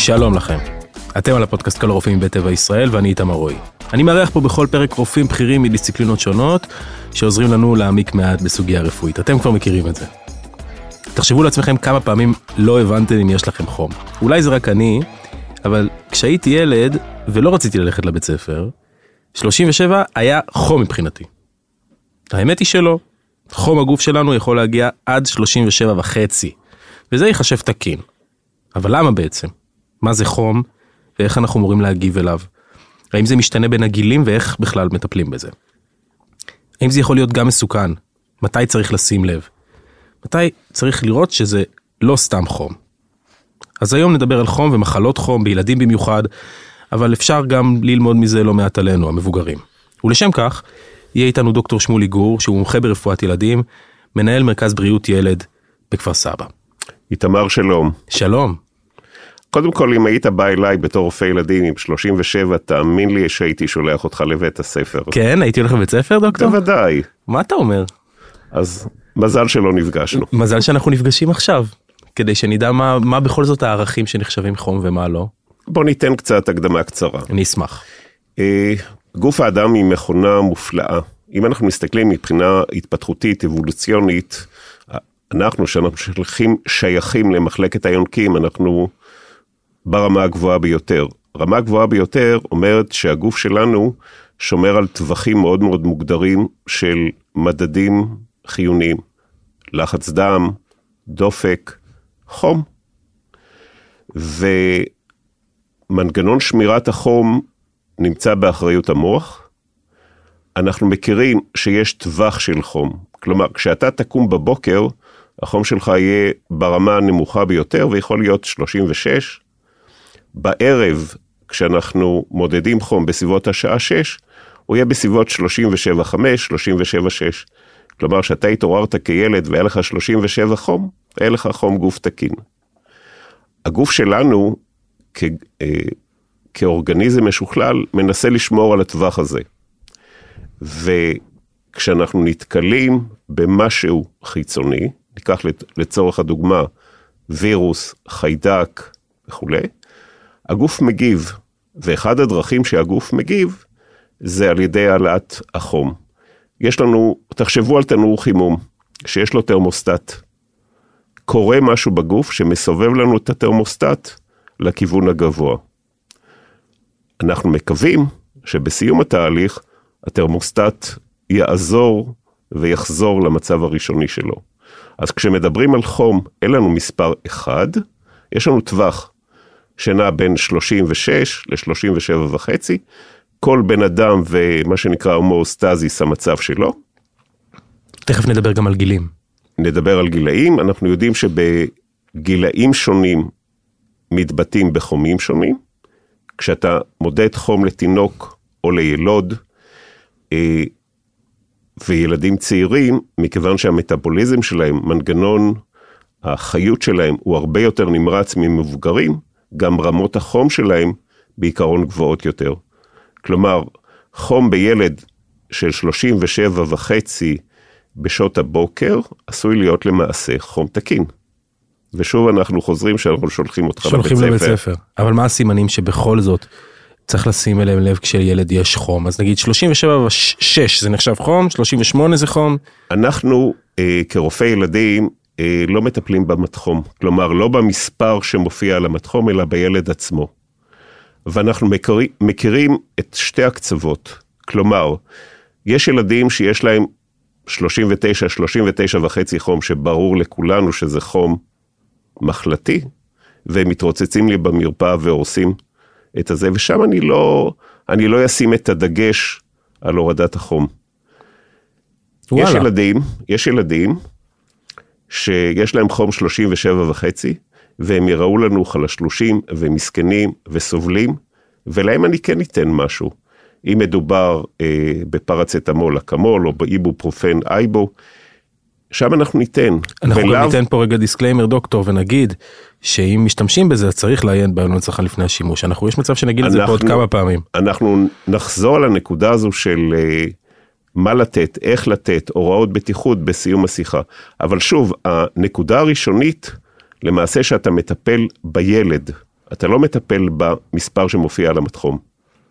שלום לכם. אתם על הפודקאסט כל הרופאים מבית טבע ישראל ואני איתמר רועי. אני מארח פה בכל פרק רופאים בכירים מדיסציפלינות שונות שעוזרים לנו להעמיק מעט בסוגיה רפואית. אתם כבר מכירים את זה. תחשבו לעצמכם כמה פעמים לא הבנתם אם יש לכם חום. אולי זה רק אני, אבל כשהייתי ילד ולא רציתי ללכת לבית ספר, 37 היה חום מבחינתי. האמת היא שלא. חום הגוף שלנו יכול להגיע עד 37.5, וזה ייחשב תקין. אבל למה בעצם? מה זה חום, ואיך אנחנו אמורים להגיב אליו? האם זה משתנה בין הגילים, ואיך בכלל מטפלים בזה? האם זה יכול להיות גם מסוכן? מתי צריך לשים לב? מתי צריך לראות שזה לא סתם חום? אז היום נדבר על חום ומחלות חום, בילדים במיוחד, אבל אפשר גם ללמוד מזה לא מעט עלינו, המבוגרים. ולשם כך, יהיה איתנו דוקטור שמולי גור, שהוא מומחה ברפואת ילדים, מנהל מרכז בריאות ילד בכפר סבא. איתמר, שלום. שלום. קודם כל, אם היית בא אליי בתור רופא ילדים עם 37, תאמין לי שהייתי שולח אותך לבית הספר. כן? הייתי הולך לבית ספר, דוקטור? בוודאי. מה אתה אומר? אז מזל שלא נפגשנו. מזל שאנחנו נפגשים עכשיו, כדי שנדע מה בכל זאת הערכים שנחשבים חום ומה לא. בוא ניתן קצת הקדמה קצרה. אני אשמח. גוף האדם היא מכונה מופלאה. אם אנחנו מסתכלים מבחינה התפתחותית, אבולוציונית, שאנחנו שייכים למחלקת היונקים, אנחנו ברמה הגבוהה ביותר. רמה גבוהה ביותר אומרת שהגוף שלנו שומר על טווחים מאוד מאוד מוגדרים של מדדים חיוניים. לחץ דם, דופק, חום. ומנגנון שמירת החום נמצא באחריות המוח. אנחנו מכירים שיש טווח של חום. כלומר, כשאתה תקום בבוקר, החום שלך יהיה ברמה הנמוכה ביותר, ויכול להיות 36. בערב, כשאנחנו מודדים חום בסביבות השעה 6, הוא יהיה בסביבות 37.5, 37.6. כלומר, שאתה התעוררת כילד והיה לך 37 חום, היה לך חום גוף תקין. הגוף שלנו, כאורגניזם משוכלל, מנסה לשמור על הטווח הזה. וכשאנחנו נתקלים במשהו חיצוני, ניקח לצורך הדוגמה, וירוס, חיידק וכו', הגוף מגיב, ואחד הדרכים שהגוף מגיב, זה על ידי העלאת החום. יש לנו, תחשבו על תנור חימום, שיש לו תרמוסטט. קורה משהו בגוף שמסובב לנו את התרמוסטט לכיוון הגבוה. אנחנו מקווים שבסיום התהליך, התרמוסטט יעזור ויחזור למצב הראשוני שלו. אז כשמדברים על חום, אין לנו מספר אחד, יש לנו טווח שנע בין 36 ל-37.5, כל בן אדם ומה שנקרא הומואוסטזיס המצב שלו. תכף נדבר גם על גילים. נדבר על גילאים, אנחנו יודעים שבגילאים שונים מתבטאים בחומים שונים, כשאתה מודד חום לתינוק או לילוד, וילדים צעירים, מכיוון שהמטאבוליזם שלהם, מנגנון החיות שלהם, הוא הרבה יותר נמרץ ממבוגרים, גם רמות החום שלהם בעיקרון גבוהות יותר. כלומר, חום בילד של 37.5 בשעות הבוקר, עשוי להיות למעשה חום תקין. ושוב אנחנו חוזרים שאנחנו שולחים אותך לבית ספר. אבל מה הסימנים שבכל זאת צריך לשים אליהם לב כשילד יש חום? אז נגיד 37.6 זה נחשב חום, 38 זה חום? אנחנו כרופאי ילדים לא מטפלים במתחום. כלומר, לא במספר שמופיע על המתחום, אלא בילד עצמו. ואנחנו מכירים את שתי הקצוות. כלומר, יש ילדים שיש להם 39.5 חום, שברור לכולנו שזה חום מחלתי, והם מתרוצצים לי במרפאה והורסים את הזה, ושם אני לא אשים את הדגש על הורדת החום. יש ילדים שיש להם חום 37.5, והם יראו לנו חלשלושים ומסכנים וסובלים, ולהם אני כן אתן משהו. אם מדובר בפרצטמול, אקמול, או באיבופרופן, אייבו, שם אנחנו ניתן. אנחנו גם ניתן פה רגע דיסקליימר, דוקטור, ונגיד שאם משתמשים בזה, צריך לעיין בעיון הצלחה לפני השימוש. יש מצב שנגיד את זה פה עוד כמה פעמים. אנחנו נחזור על הנקודה הזו של מה לתת, איך לתת, הוראות בטיחות בסיום השיחה. אבל שוב, הנקודה הראשונית, למעשה שאתה מטפל בילד, אתה לא מטפל במספר שמופיע על המתחום.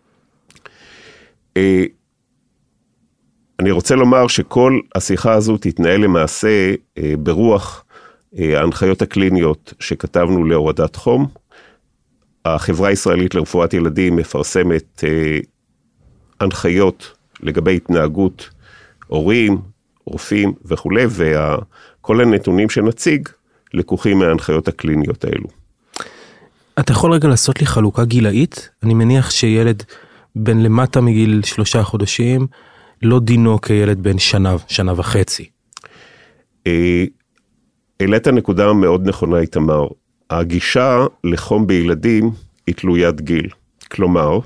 אני רוצה לומר שכל השיחה הזו תתנהל למעשה ברוח ההנחיות הקליניות שכתבנו להורדת חום. החברה הישראלית לרפואת ילדים מפרסמת הנחיות לגבי התנהגות הורים, רופאים וכו', וכל הנתונים שנציג לקוחים מההנחיות הקליניות האלו. אתה יכול רגע לעשות לי חלוקה גילאית? אני מניח שילד בן למטה מגיל 3 חודשים, לא דינו כילד בן שנה וחצי. העלית נקודה מאוד נכונה, איתמר. הגישה לחום בילדים היא תלוית גיל. כלומר,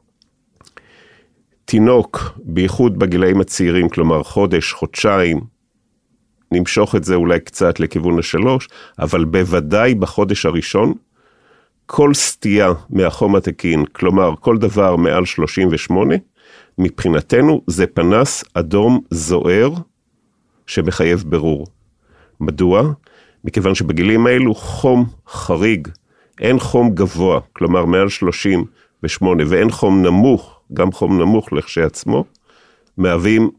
תינוק, בייחוד בגילאים הצעירים, כלומר חודש, חודשיים, נמשוך את זה אולי קצת לכיוון 3, אבל בוודאי בחודש הראשון, כל סטייה מהחום התקין, כלומר כל דבר מעל 38, מבחינתנו זה פנס אדום זוהר שמחייב ברור. מדוע? מכיוון שבגילים האלו חום חריג, אין חום גבוה, כלומר מעל 38, ואין חום נמוך, גם חום נמוך לכשעצמו, מהווים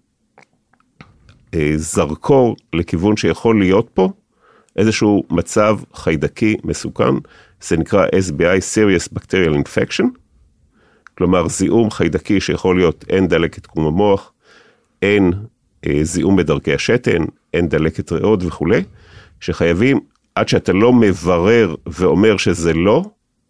זרקור לכיוון שיכול להיות פה איזשהו מצב חיידקי מסוכן, זה נקרא SBI, Serious Bacterial Infection, כלומר זיהום חיידקי שיכול להיות אין דלקת קרום המוח, אין זיהום בדרכי השתן, אין דלקת ריאות וכו', שחייבים, עד שאתה לא מברר ואומר שזה לא,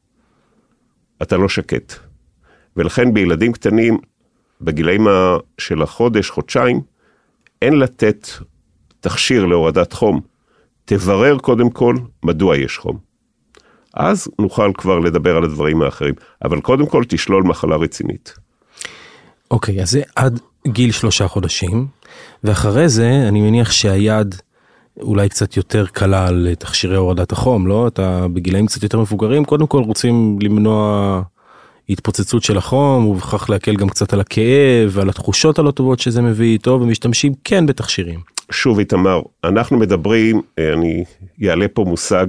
אתה לא שקט. ולכן בילדים קטנים, בגילאים של החודש, חודשיים, אין לתת תכשיר להורדת חום. תברר קודם כל מדוע יש חום. אז נוכל כבר לדבר על הדברים האחרים. אבל קודם כל תשלול מחלה רצינית. אוקיי, אז זה עד גיל 3 חודשים, ואחרי זה אני מניח שהיד אולי קצת יותר קלה על תכשירי הורדת החום, לא? אתה בגילאים קצת יותר מבוגרים, קודם כל רוצים למנוע התפוצצות של החום, ובכך להקל גם קצת על הכאב, ועל התחושות הלא טובות שזה מביא איתו, ומשתמשים כן בתכשירים. שוב איתמר, אנחנו מדברים, אני יעלה פה מושג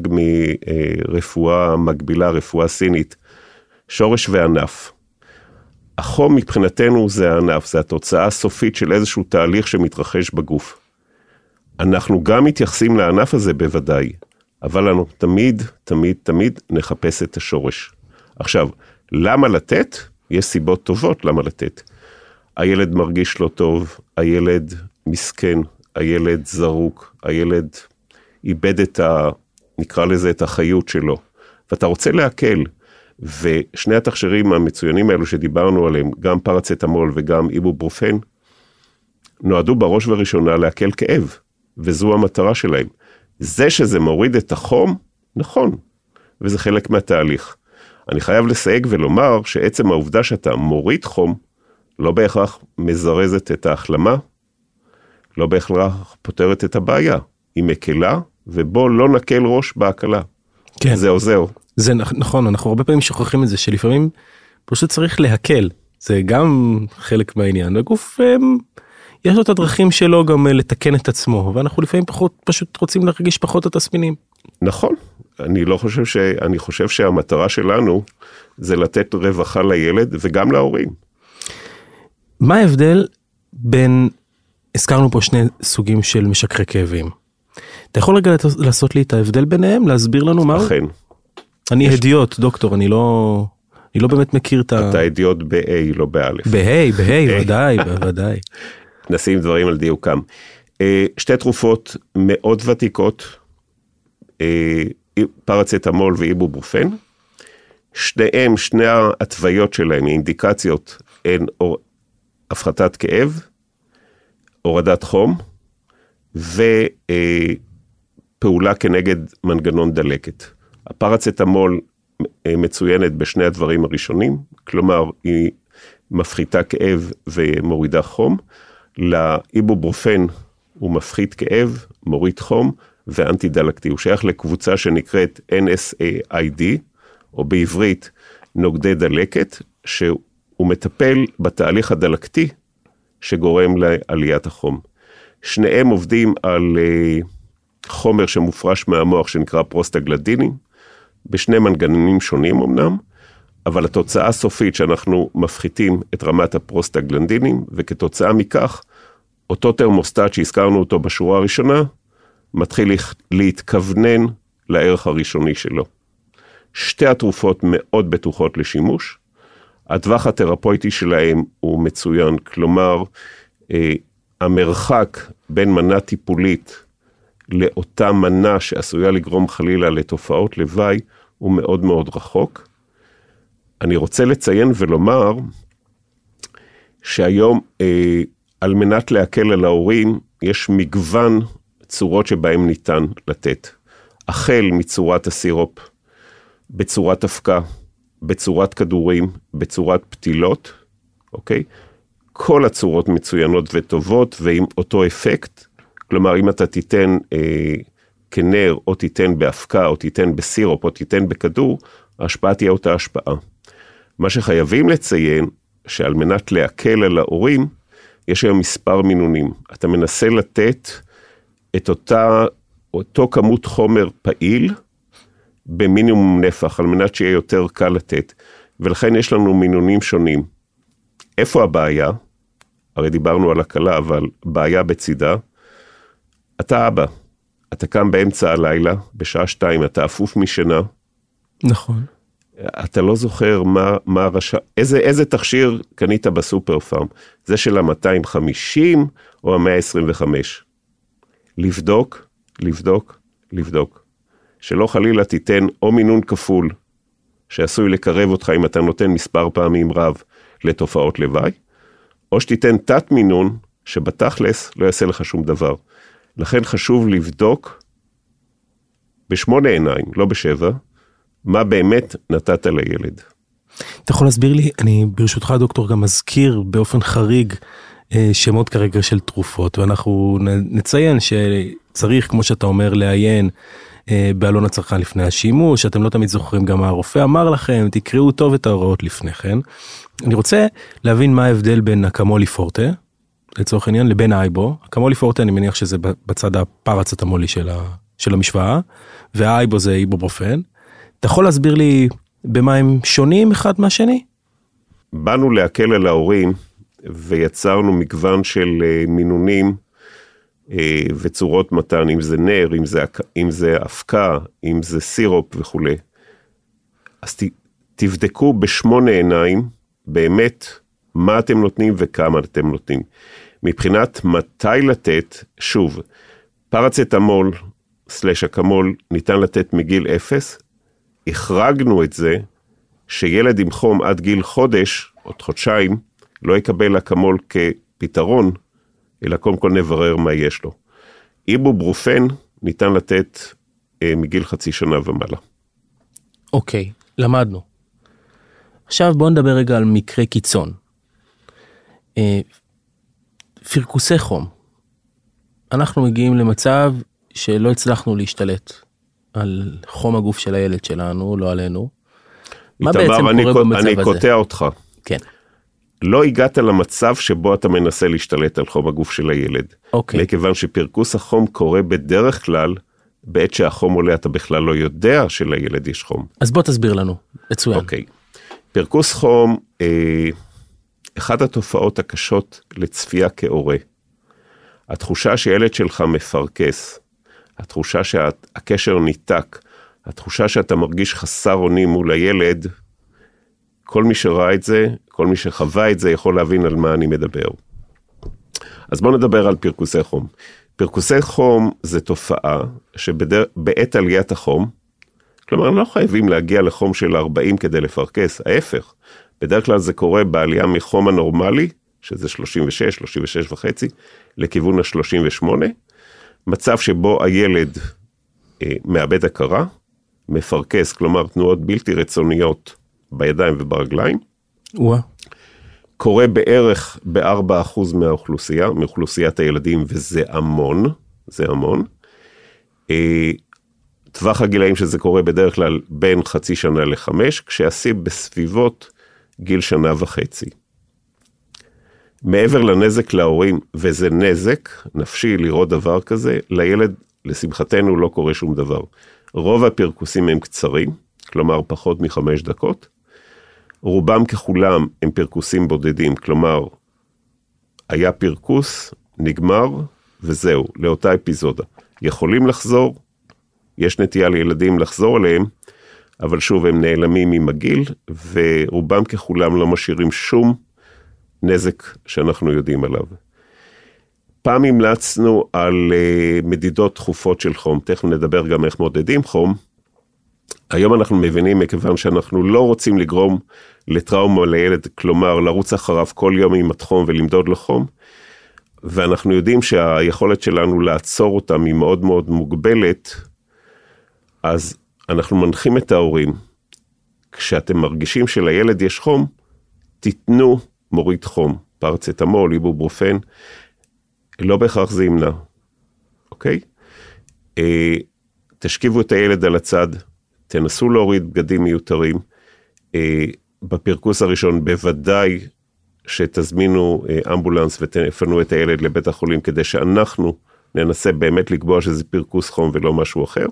מרפואה מקבילה, רפואה סינית, שורש וענף. החום מבחינתנו זה הענף, זה התוצאה הסופית של איזשהו תהליך שמתרחש בגוף. אנחנו גם מתייחסים לענף הזה בוודאי, אבל אנחנו תמיד נחפש את השורש. עכשיו, למה לתת? יש סיבות טובות למה לתת. הילד מרגיש לא טוב, הילד מסכן, הילד זרוק, הילד איבד נקרא לזה את החיות שלו, ואתה רוצה להקל, ושני התכשירים המצוינים האלו שדיברנו עליהם, גם פרצטמול וגם איבוברופן, נועדו בראש וראשונה להקל כאב, וזו המטרה שלהם. זה שזה מוריד את החום, נכון, וזה חלק מהתהליך. אני חייב לסייג ולומר שעצם העובדה שאתה מוריד חום, לא בהכרח מזרזת את ההחלמה, לא בהכרח פותרת את הבעיה. היא מקלה, ובוא לא נקל ראש בהקלה. כן. זה עוזר. זה נכון, אנחנו הרבה פעמים שוכחים את זה, שלפעמים פשוט צריך להקל. זה גם חלק מהעניין. הגוף, יש לו את הדרכים שלו גם לתקן את עצמו, ואנחנו לפעמים פשוט רוצים להרגיש פחות את התסמינים. נכון. אני חושב שהמטרה שלנו זה לתת רווחה לילד וגם להורים. מה ההבדל בין, הזכרנו פה שני סוגים של משככי כאבים. אתה יכול רגע לעשות לי את ההבדל ביניהם, להסביר לנו מה? אכן. אני הדיוט, דוקטור, אני לא באמת מכיר את ה... אתה הדיוט ב-A, לא ב-א. ב-A, ודאי. נשים דברים על דיוקם. שתי תרופות מאוד ותיקות, פרצטמול ואיבוברופן, שני ההתוויות שלהם, האינדיקציות, הן הפחתת כאב, הורדת חום, ופעולה כנגד מנגנון דלקת. הפרצטמול מצוינת בשני הדברים הראשונים, כלומר היא מפחיתה כאב ומורידה חום, לאיבוברופן הוא מפחית כאב, מוריד חום, ואנטי דלקתי. הוא שייך לקבוצה שנקראת NSAID, או בעברית נוגדי דלקת, שהוא מטפל בתהליך הדלקתי שגורם לעליית החום. שניהם עובדים על חומר שמופרש מהמוח שנקרא פרוסטגלנדינים, בשני מנגנונים שונים אמנם, אבל התוצאה הסופית שאנחנו מפחיתים את רמת הפרוסטגלנדינים, וכתוצאה מכך, אותו תרמוסטט שהזכרנו אותו בשורה הראשונה, מתחיל להתכוונן לערך הראשוני שלו. שתי התרופות מאוד בטוחות לשימוש, הטווח התרפויטי שלהם הוא מצוין, כלומר, המרחק בין מנה טיפולית לאותה מנה שעשויה לגרום חלילה לתופעות לוואי, הוא מאוד מאוד רחוק. אני רוצה לציין ולומר, שהיום על מנת להקל על ההורים, יש מגוון צורות שבהם ניתן לתת. החל מצורת הסירופ, בצורת אבקה, בצורת כדורים, בצורת פתילות, אוקיי? כל הצורות מצוינות וטובות ועם אותו אפקט, כלומר אם אתה תיתן כנר או תיתן באבקה או תיתן בסירופ או תיתן בכדור, ההשפעה תהיה אותה השפעה. מה שחייבים לציין, שעל מנת להקל על ההורים, יש היום מספר מינונים. אתה מנסה לתת את אותו כמות חומר פעיל, במינימום נפח, על מנת שיהיה יותר קל לתת. ולכן יש לנו מינונים שונים. איפה הבעיה? הרי דיברנו על הקלה, אבל בעיה בצידה. אתה אבא, אתה קם באמצע הלילה, בשעה 2, אתה אפוף משינה. נכון. אתה לא זוכר איזה תכשיר קנית בסופר פארם. זה של ה-250 או ה-125. לבדוק, לבדוק, לבדוק. שלא חלילה תיתן או מינון כפול, שעשוי לקרב אותך אם אתה נותן מספר פעמים רב לתופעות לוואי, או שתיתן תת מינון שבתכלס לא יעשה לך שום דבר. לכן חשוב לבדוק ב8 עיניים, לא ב7, מה באמת נתת לילד. אתה יכול להסביר לי, אני ברשותך דוקטור גם מזכיר באופן חריג שמות כרגע של תרופות, ואנחנו נציין שצריך, כמו שאתה אומר, לעיין בעלון הצרכן לפני השימוש, אתם לא תמיד זוכרים גם מה הרופא אמר לכם, תקראו טוב את ההוראות לפני כן. אני רוצה להבין מה ההבדל בין אקמולי פורטה, לצורך העניין, לבין האייבו. אקמולי פורטה אני מניח שזה בצד הפרצטמולי של המשוואה, והאייבו זה איבופרופן. אתה יכול להסביר לי במה הם שונים אחד מהשני? באנו להקל על ההורים, ויצרנו מגוון של מינונים וצורות מתן, אם זה נר, אם זה אבקה, אם זה סירופ וכו'. אז תבדקו ב8 עיניים, באמת, מה אתם נותנים וכמה אתם נותנים. מבחינת מתי לתת, שוב, פרצטמול / אקמול ניתן לתת מגיל 0, החרגנו את זה, שילד עם חום עד גיל חודש, או חודשיים, לא יקבל אקמול כפתרון, אלא קודם כל נברר מה יש לו. איבופרופן ניתן לתת מגיל חצי שנה ומעלה. אוקיי, למדנו. עכשיו בואו נדבר רגע על מקרה קיצון. פרכוסי חום. אנחנו מגיעים למצב שלא הצלחנו להשתלט על חום הגוף של הילד שלנו, לא עלינו. מה בעצם קורה במצב הזה? אני קוטע אותך. כן. לא הגעת למצב שבו אתה מנסה להשתלט על חום הגוף של הילד. אוקיי. מכיוון שפרכוס החום קורה בדרך כלל, בעת שהחום עולה אתה בכלל לא יודע שלילד יש חום. אז בוא תסביר לנו, מצוין. אוקיי. פרכוס חום, אחת התופעות הקשות לצפייה כהורה. התחושה שילד שלך מפרכס, התחושה שהקשר ניתק, התחושה שאתה מרגיש חסר אונים מול הילד, כל מי שראה את זה, כל מי שחווה את זה, יכול להבין על מה אני מדבר. אז בואו נדבר על פרכוסי חום. פרכוסי חום זה תופעה שבעת עליית החום, כלומר, הם לא חייבים להגיע לחום של 40 כדי לפרכס, ההפך. בדרך כלל זה קורה בעלייה מחום הנורמלי, שזה 36, 36 וחצי, לכיוון ה-38, מצב שבו הילד מאבד הכרה, מפרכס, כלומר תנועות בלתי רצוניות בידיים וברגליים, קורה בערך ב4% מהאוכלוסייה, מאוכלוסיית הילדים, וזה המון, זה המון. טווח הגילאים שזה קורה בדרך כלל בין חצי שנה ל5, כשהשיא בסביבות גיל שנה וחצי. מעבר לנזק להורים, וזה נזק נפשי לראות דבר כזה, לילד לשמחתנו לא קורה שום דבר. רוב הפרכוסים הם קצרים, כלומר פחות מ5 דקות. רובם ככולם הם פרקוסים בודדים, כלומר, היה פרקוס, נגמר, וזהו, לאותה אפיזודה. יכולים לחזור, יש נטייה לילדים לחזור עליהם, אבל שוב הם נעלמים עם הגיל, ורובם ככולם לא משאירים שום נזק שאנחנו יודעים עליו. פעם המלצנו על מדידות תכופות של חום, תכף נדבר גם איך מודדים חום. היום אנחנו מבינים מכיוון שאנחנו לא רוצים לגרום לטראומה לילד, כלומר לרוץ אחריו כל יום עם התחום ולמדוד לו חום, ואנחנו יודעים שהיכולת שלנו לעצור אותם היא מאוד מאוד מוגבלת, אז אנחנו מנחים את ההורים, כשאתם מרגישים שלילד יש חום, תיתנו מוריד חום, פרצטמול, איבוברופן, לא בהכרח זה ימנע, אוקיי? תשכיבו את הילד על הצד, תנסו להוריד בגדים מיותרים, בפרקוס הראשון בוודאי שתזמינו אמבולנס ותפנו את הילד לבית החולים, כדי שאנחנו ננסה באמת לקבוע שזה פרקוס חום ולא משהו אחר.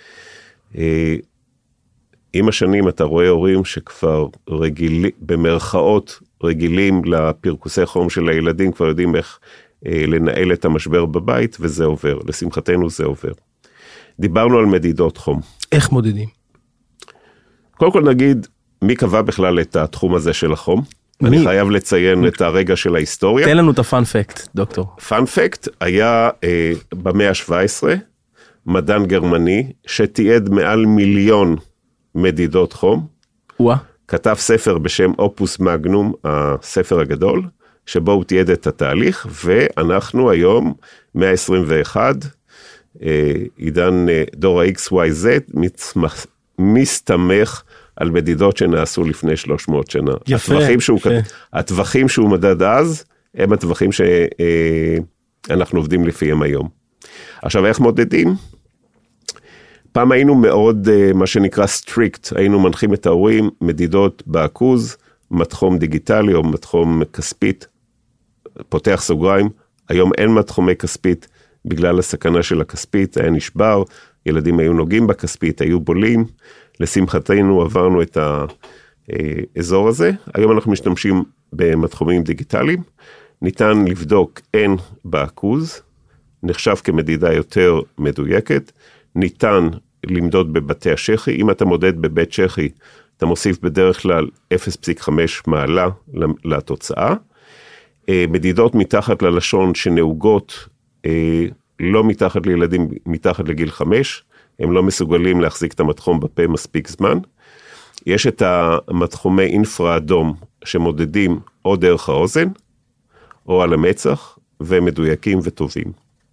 עם השנים אתה רואה הורים שכבר במרכאות רגילים לפרקוסי חום של הילדים, כבר יודעים איך לנהל את המשבר בבית, וזה עובר. לשמחתנו זה עובר. דיברנו על מדידות חום. איך מודדים? קודם כל נגיד, מי קבע בכלל את התחום הזה של החום? אני חייב לציין את הרגע של ההיסטוריה. תן לנו את הפאנפקט, דוקטור. פאנפקט היה במאה ה-17, מדען גרמני, שתיעד מעל 1,000,000 מדידות חום. כתב ספר בשם אופוס מגנום, הספר הגדול, שבו הוא תיעד את התהליך, ואנחנו היום, 121, עידן דור ה-XYZ, מסתמך על מדידות שנעשו לפני 300 שנה. יפה. הטווחים שהוא מדד אז, הם הטווחים שאנחנו עובדים לפיהם היום. עכשיו, איך מודדים? פעם היינו מאוד, מה שנקרא סטריקט, היינו מנחים את ההורים, מדידות באקוז, מתחום דיגיטלי או מתחום כספית, פותח סוגריים, היום אין מתחומי כספית, בגלל הסכנה של הכספית, היה נשבר, ילדים היו נוגעים בכספית, היו בולים, לשמחתנו עברנו את האזור הזה, היום אנחנו משתמשים במתחומים דיגיטליים, ניתן לבדוק N באקוז, נחשב כמדידה יותר מדויקת, ניתן למדוד בבתי השכי, אם אתה מודד בבית שכי, אתה מוסיף בדרך כלל 0.5 מעלה לתוצאה, מדידות מתחת ללשון שנהוגות, לא מתחת לילדים מתחת לגיל 5, הם לא מסוגלים להחזיק את המתחום בפה מספיק זמן, יש את המתחומי אינפרה אדום שמודדים או דרך האוזן, או על המצח, והם מדויקים וטובים.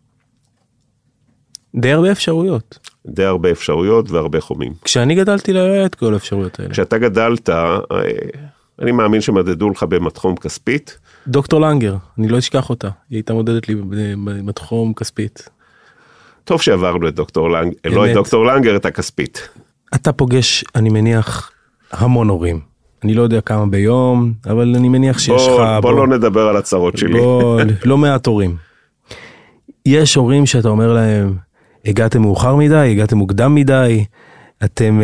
די הרבה אפשרויות. די הרבה אפשרויות והרבה חומים. כשאני גדלתי לא היה את כל האפשרויות האלה. כשאתה גדלת, אני מאמין שמדדו לך במתחום כספית. דוקטור לנגר, אני לא אשכח אותה, היא הייתה מודדת לי במתחום כספית. טוב שעברנו את דוקטור לנגר, לא את דוקטור לנגר, את הכספית. אתה פוגש, אני מניח, המון הורים. אני לא יודע כמה ביום, אבל אני מניח שיש לך... בוא לא נדבר על הצרות שלי. לא מעט הורים. יש הורים שאתה אומר להם, הגעתם מאוחר מדי, הגעתם מוקדם מדי, אתם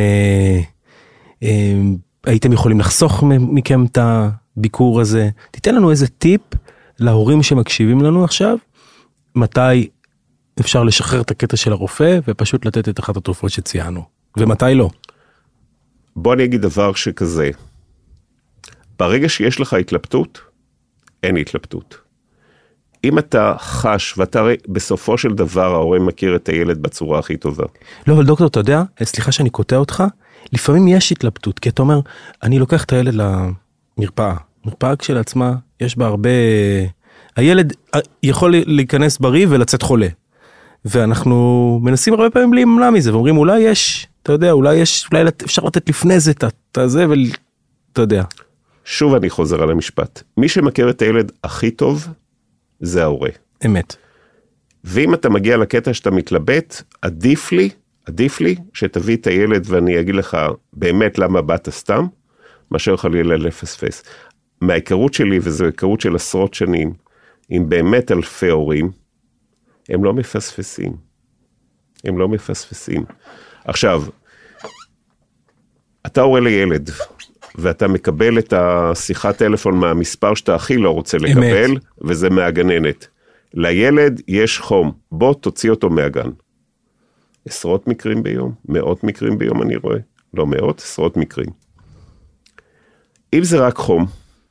הייתם יכולים לחסוך מכם את הביקור הזה. תיתן לנו איזה טיפ להורים שמקשיבים לנו עכשיו, מתי אפשר לשחרר את הקטע של הרופא, ופשוט לתת את אחת התרופות שציינו, ומתי לא. בוא אני אגיד דבר שכזה, ברגע שיש לך התלבטות, אין התלבטות. אם אתה חש, ואתה בסופו של דבר, ההורה מכיר את הילד בצורה הכי טובה. לא, אבל דוקטור, אתה יודע, סליחה שאני קוטע אותך, לפעמים יש התלבטות, כי אתה אומר, אני לוקח את הילד למרפאה. מרפאה כשלעצמה, יש בה הרבה... הילד יכול להיכנס בריא ולצאת חולה. ואנחנו מנסים הרבה פעמים להימנע מזה, ואומרים, אולי יש, אתה יודע, אולי אפשר לתת לפני זה את זה, ואתה יודע. שוב אני חוזר על המשפט. מי שמכיר את הילד הכי טוב, זה ההורה. אמת. ואם אתה מגיע לקטע שאתה מתלבט, עדיף לי שתביא את הילד ואני אגיד לך באמת למה באת סתם, מאשר חלילה לפספס. מההיכרות שלי, וזו היכרות של עשרות שנים, עם באמת אלפי הורים, הם לא מפספסים. עכשיו, אתה הורה לילד, ואתה מקבל את השיחת טלפון מהמספר שאתה הכי לא רוצה לקבל, וזה מהגננת. לילד יש חום, בוא תוציא אותו מהגן. עשרות מקרים ביום, מאות מקרים ביום אני רואה, לא מאות, עשרות מקרים. אם זה רק חום,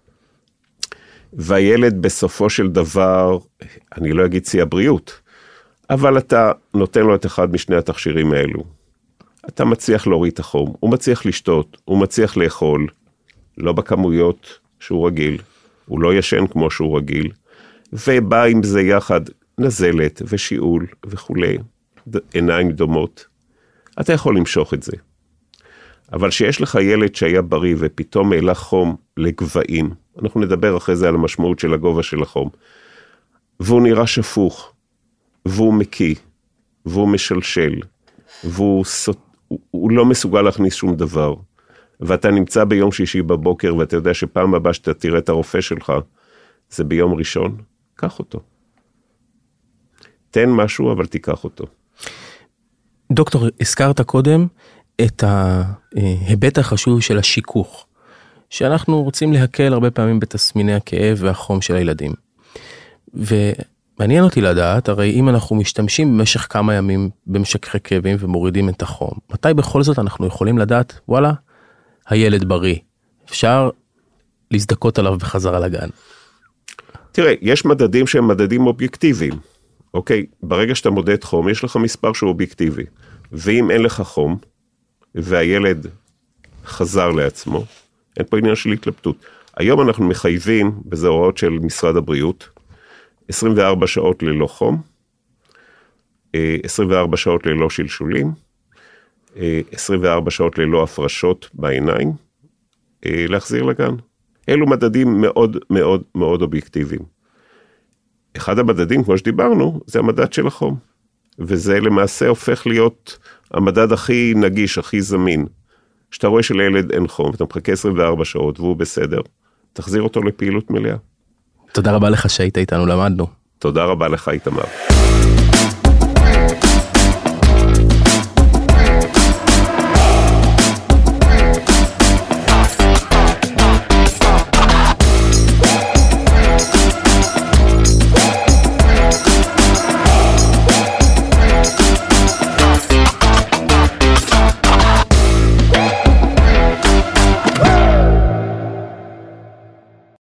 והילד בסופו של דבר, אני לא אגיד שיא הבריאות, אבל אתה נותן לו את אחד משני התכשירים האלו. אתה מצליח להוריד את החום, הוא מצליח לשתות, הוא מצליח לאכול, לא בכמויות שהוא רגיל, הוא לא ישן כמו שהוא רגיל, ובא עם זה יחד נזלת ושיעול וכולי, עיניים דומות, אתה יכול למשוך את זה. אבל שיש לך ילד שהיה בריא ופתאום העלה חום לגבהים, אנחנו נדבר אחרי זה על המשמעות של הגובה של החום, והוא נראה שפוך, והוא מקיא, והוא משלשל, והוא לא מסוגל להכניס שום דבר, ואתה נמצא ביום שישי בבוקר, ואתה יודע שפעם הבאה שאתה תראה את הרופא שלך, זה ביום ראשון, קח אותו. תן משהו, אבל תיקח אותו. דוקטור, הזכרת קודם את ההיבט החשוב של השיכוך, שאנחנו רוצים להקל הרבה פעמים בתסמיני הכאב והחום של הילדים. ומעניין אותי לדעת, הרי אם אנחנו משתמשים במשך כמה ימים במשככי כאבים ומורידים את החום, מתי בכל זאת אנחנו יכולים לדעת, וואלה, הילד בריא, אפשר להזדכות עליו בחזרה לגן? תראה, יש מדדים שהם מדדים אובייקטיביים. אוקיי, ברגע שאתה מודד חום, יש לך מספר שהוא אובייקטיבי. ואם אין לך חום, והילד חזר לעצמו, אין פה עניין של התלבטות. היום אנחנו מחייבים, בזה הוראות של משרד הבריאות, 24 שעות ללא חום, 24 שעות ללא שלשולים, 24 שעות ללא הפרשות בעיניים, להחזיר לגן. אלו מדדים מאוד מאוד מאוד אובייקטיביים. אחד המדדים, כמו שדיברנו, זה המדד של החום. וזה למעשה הופך להיות המדד הכי נגיש, הכי זמין. שאתה רואה שלילד אין חום, ואתה מחכה 24 שעות והוא בסדר, תחזיר אותו לפעילות מלאה. תודה רבה לך שהיית איתנו, למדנו. תודה רבה לך, איתמר.